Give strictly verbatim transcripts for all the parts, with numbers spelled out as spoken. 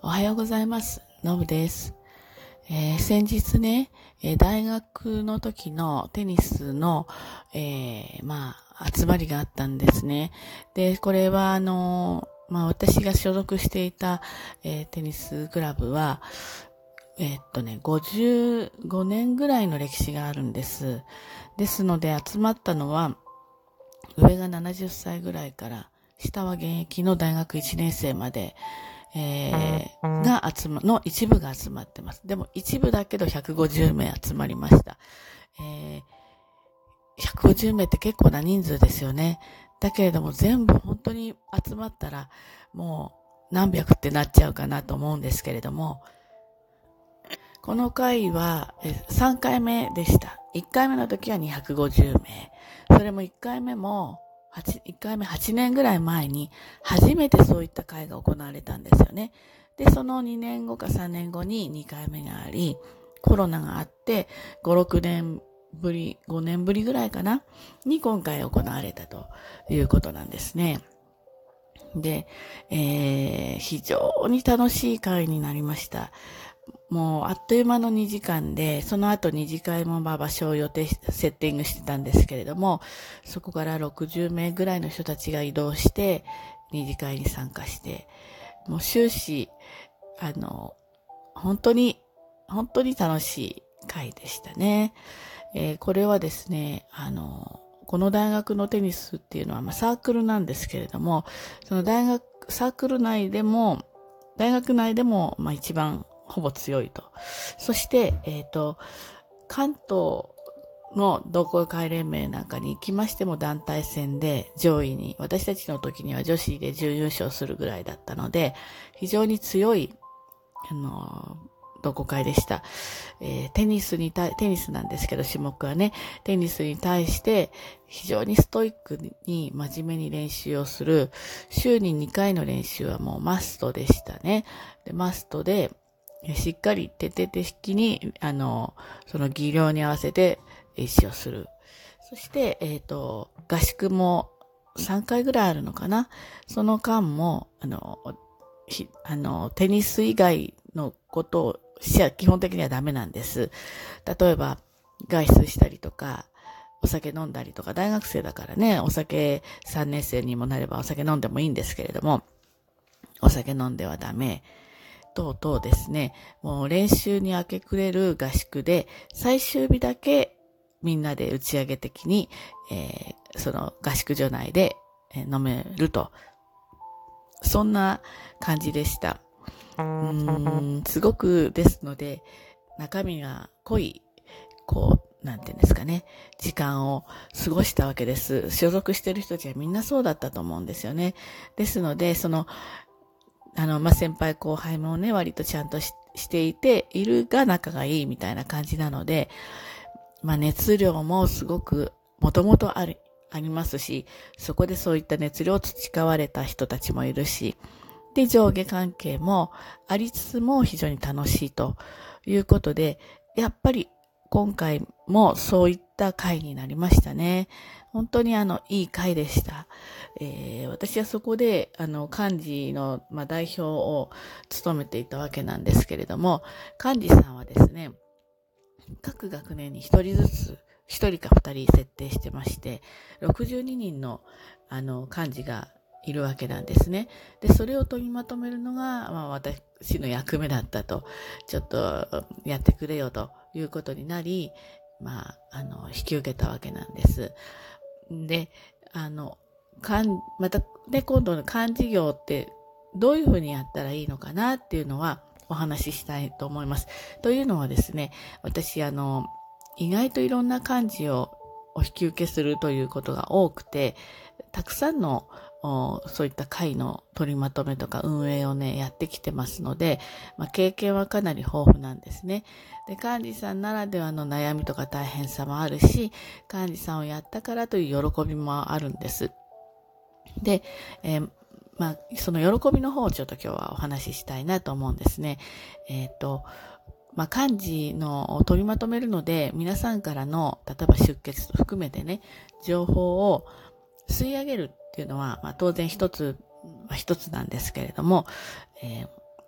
おはようございます。のぶです。えー、先日ね、えー、大学の時のテニスの、えー、まあ、集まりがあったんですね。で、これはあのー、まあ、私が所属していた、えー、テニスクラブは、えーっとね、ごじゅうごねんぐらいの歴史があるんです。ですので、集まったのは、上がななじゅっさいぐらいから、下は現役の大学いちねん生まで、えー、が集ま、の一部が集まってます。でも一部だけどひゃくごじゅうめい集まりました。えー、ひゃくごじゅうめいって結構な人数ですよね。だけれども全部本当に集まったらもう何百ってなっちゃうかなと思うんですけれども、この回はさんかいめでした。いっかいめの時はにひゃくごじゅうめい。それもいっかいめもいっかいめはちねんぐらい前に初めてそういった会が行われたんですよね。で、そのにねんごかさんねんごににかいめがあり、コロナがあってご、ろくねんぶり、ごねんぶりぐらいかなに今回行われたということなんですね。で、えー、非常に楽しい会になりました。もうあっという間のにじかんで、その後に次会もまあ場所を予定し、セッティングしてたんですけれども、そこからろくじゅうめいぐらいの人たちが移動して、二次会に参加して、もう終始、あの、本当に、本当に楽しい会でしたね。えー、これはですね、あの、この大学のテニスっていうのは、まあ、サークルなんですけれども、その大学、サークル内でも、大学内でも、まあ一番ほぼ強いと。そして、えっと、関東の同好会連盟なんかに行きましても団体戦で上位に、私たちの時には女子で準優勝するぐらいだったので、非常に強い、あの、同好会でした。えー、テニスに対、テニスなんですけど種目はね、テニスに対して非常にストイックに真面目に練習をする、週ににかいの練習はもうマストでしたね。で、マストで、しっかり徹底的に、あの、その技量に合わせて練習をする。そして、えっと、合宿もさんかいぐらいあるのかな。その間も、あの、あの、テニス以外のことをしちゃ基本的にはダメなんです。例えば、外出したりとか、お酒飲んだりとか、大学生だからね、お酒さんねん生にもなればお酒飲んでもいいんですけれども、お酒飲んではダメ。等々ですね、もう練習に明け暮れる合宿で、最終日だけみんなで打ち上げ的に、えー、その合宿所内で飲めると。そんな感じでした。うーん、すごくですので、中身が濃い、こう、なんていうんですかね、時間を過ごしたわけです。所属している人たちはみんなそうだったと思うんですよね。ですので、その、あの、まあ、先輩後輩もね、割とちゃんと し, していて、いるが仲がいいみたいな感じなので、まあ、熱量もすごく、もともとある、ありますし、そこでそういった熱量を培われた人たちもいるし、で、上下関係もありつつも非常に楽しいということで、やっぱり今回もそういった会になりましたね。本当にあの、いい会でした。えー、私はそこで、あの、幹事の、まあ、代表を務めていたわけなんですけれども、幹事さんはですね、各学年に一人ずつ、一人か二人設定してまして、ろくじゅうににんの、あの、幹事がいるわけなんですね。で、それを取りまとめるのが、まあ、私の役目だったと、ちょっとやってくれよということになり、まあ、あの、引き受けたわけなんです。で、あの、かん、また、ね、今度の幹事業ってどういうふうにやったらいいのかなっていうのはお話ししたいと思います。というのはですね、私、あの、意外といろんな幹事をお引き受けするということが多くて、たくさんのそういった会の取りまとめとか運営をね、やってきてますので、まあ、経験はかなり豊富なんですね。で、幹事さんならではの悩みとか大変さもあるし、幹事さんをやったからという喜びもあるんです。で、えー、まあ、その喜びの方をちょっと今日はお話ししたいなと思うんですね。えっと、まあ、幹事のを取りまとめるので、皆さんからの、例えば出欠含めてね、情報を吸い上げるっていうのは、まあ、当然一つ、一つなんですけれども、えー、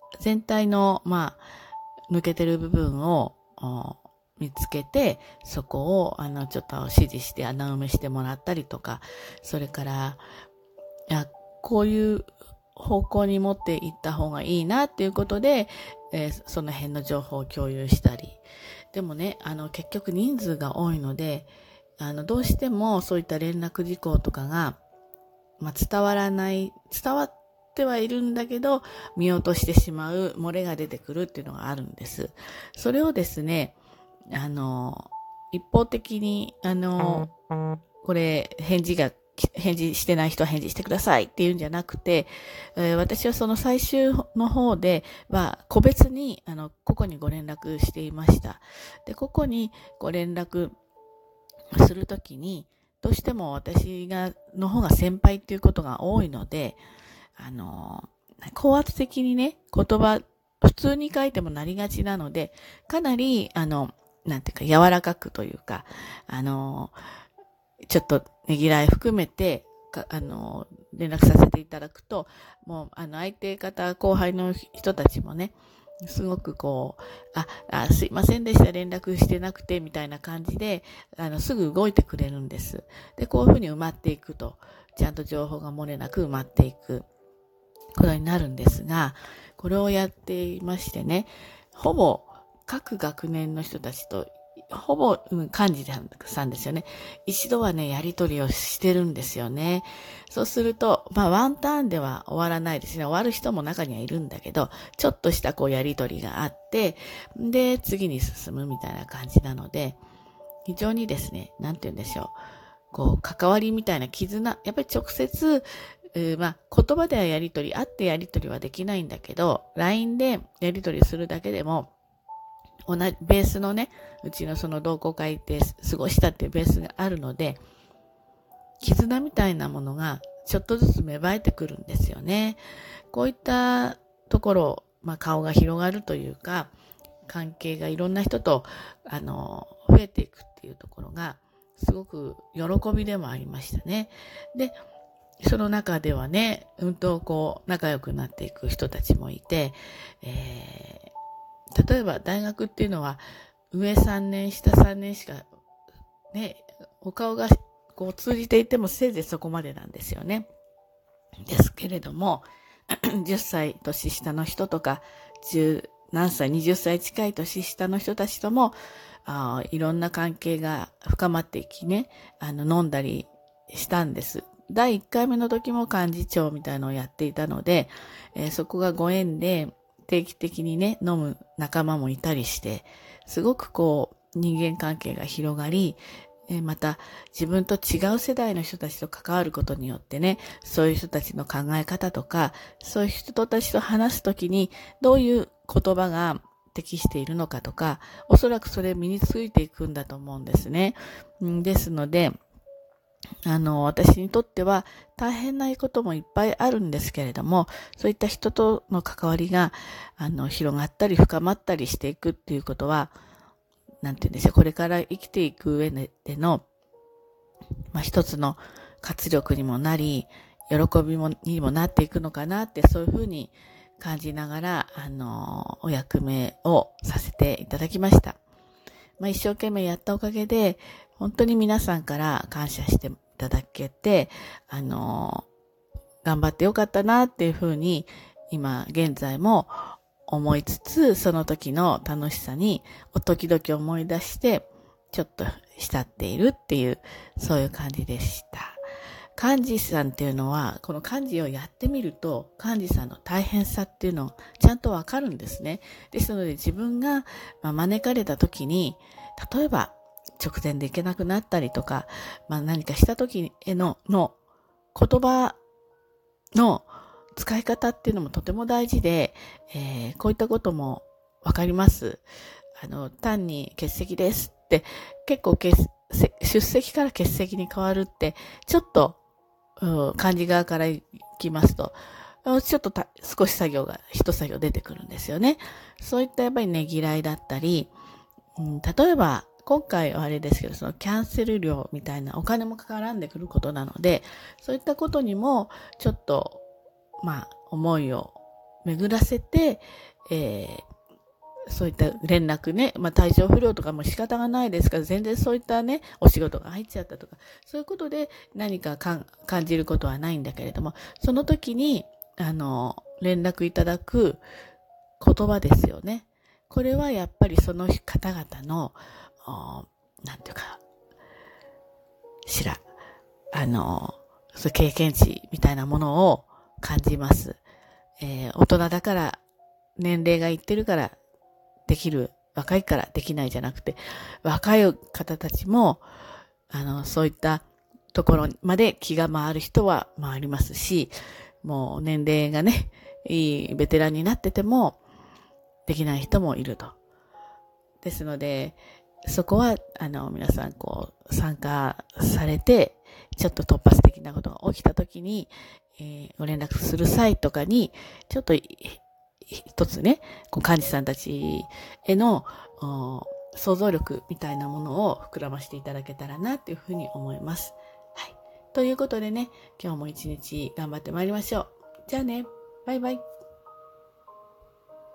全体の、まあ、抜けてる部分を見つけて、そこを、あの、ちょっと指示して穴埋めしてもらったりとか、それから、いや、こういう方向に持っていった方がいいなっていうことで、えー、その辺の情報を共有したり。でもね、あの、結局人数が多いので、あの、どうしてもそういった連絡事項とかが、まあ、伝わらない、伝わってはいるんだけど、見落としてしまう、漏れが出てくるっていうのがあるんです。それをですね、あの、一方的に、あの、これ、返事が、返事してない人は返事してくださいっていうんじゃなくて、えー、私はその最終の方では、個別に、あの、個々にご連絡していました。で、個々にご連絡するときに、どうしても私が、の方が先輩っていうことが多いので、あの、高圧的にね、言葉、普通に書いてもなりがちなので、かなり、あの、なんていうか、柔らかくというか、あの、ちょっとねぎらい含めて、かあの、連絡させていただくと、もう、あの、相手方、後輩の人たちもね、すごくこう、あ、あ、すいませんでした、連絡してなくて、みたいな感じで、あの、すぐ動いてくれるんです。で、こういうふうに埋まっていくと、ちゃんと情報が漏れなく埋まっていくことになるんですが、これをやっていましてね、ほぼ各学年の人たちと、ほぼ、うん、幹事さんですよね。一度はね、やりとりをしてるんですよね。そうすると、まあ、ワンターンでは終わらないですね。終わる人も中にはいるんだけど、ちょっとしたこうやりとりがあって、で、次に進むみたいな感じなので、非常にですね、なんて言うんでしょう。こう、関わりみたいな絆、やっぱり直接、まあ、言葉ではやりとり、会ってやりとりはできないんだけど、ライン でやりとりするだけでも、同じ、ベースのね、うちのその同好会で過ごしたっていうベースがあるので、絆みたいなものがちょっとずつ芽生えてくるんですよね。こういったところ、まあ顔が広がるというか、関係がいろんな人と、あの、増えていくっていうところが、すごく喜びでもありましたね。で、その中ではね、うんとこう、仲良くなっていく人たちもいて、えー例えば大学っていうのは上さんねん下さんねんしかね、お顔がこう通じていてもせいぜいそこまでなんですよね。ですけれどもじゅっさい年下の人とかじゅう何歳にじゅっさい近い年下の人たちともあいろんな関係が深まっていきね、あの飲んだりしたんです。だいいっかいめの時も幹事長みたいのをやっていたので、えー、そこがご縁で定期的にね、飲む仲間もいたりして、すごくこう、人間関係が広がり、えまた、自分と違う世代の人たちと関わることによってね、そういう人たちの考え方とか、そういう人たちと話すときに、どういう言葉が適しているのかとか、おそらくそれ身についていくんだと思うんですね。ですので、あの、私にとっては大変なこともいっぱいあるんですけれども、そういった人との関わりが、あの、広がったり深まったりしていくっていうことは、なんて言うんでしょう、これから生きていく上での、まあ、一つの活力にもなり、喜びもにもなっていくのかなって、そういうふうに感じながら、あの、お役目をさせていただきました。まあ、一生懸命やったおかげで、本当に皆さんから感謝していただけて、あの、頑張ってよかったなっていうふうに、今現在も思いつつ、その時の楽しさに時々思い出して、ちょっと慕っているっていう、そういう感じでした。幹事さんっていうのは、この幹事をやってみると、幹事さんの大変さっていうのをちゃんとわかるんですね。ですので自分が招かれた時に、例えば直前で行けなくなったりとか、まあ何かした時への、の言葉の使い方っていうのもとても大事で、えー、こういったこともわかります。あの、単に欠席ですって、結構欠出席から欠席に変わるって、ちょっと、うん、幹事側から行きますと、ちょっとた少し作業が、一作業出てくるんですよね。そういったやっぱりねぎらいだったり、うん、例えば、今回はあれですけど、そのキャンセル料みたいなお金も絡んでくることなので、そういったことにも、ちょっと、まあ、思いを巡らせて、えーそういった連絡ね、まあ体調不良とかも仕方がないですから、全然そういったね、お仕事が入っちゃったとか、そういうことで何かかん感じることはないんだけれども、その時に、あの、連絡いただく言葉ですよね。これはやっぱりその方々の、なんていうか、しら、あの、そういう経験値みたいなものを感じます。えー、大人だから、年齢がいってるから、できる、若いからできないじゃなくて、若い方たちも、あの、そういったところまで気が回る人は回りますし、もう年齢がね、いいベテランになってても、できない人もいると。ですので、そこは、あの、皆さん、こう、参加されて、ちょっと突発的なことが起きたときに、えー、ご連絡する際とかに、ちょっと、一つね、こう幹事さんたちへの想像力みたいなものを膨らましていただけたらなっていうふうに思います。はい。ということでね、今日も一日頑張ってまいりましょう。じゃあね、バイバイ。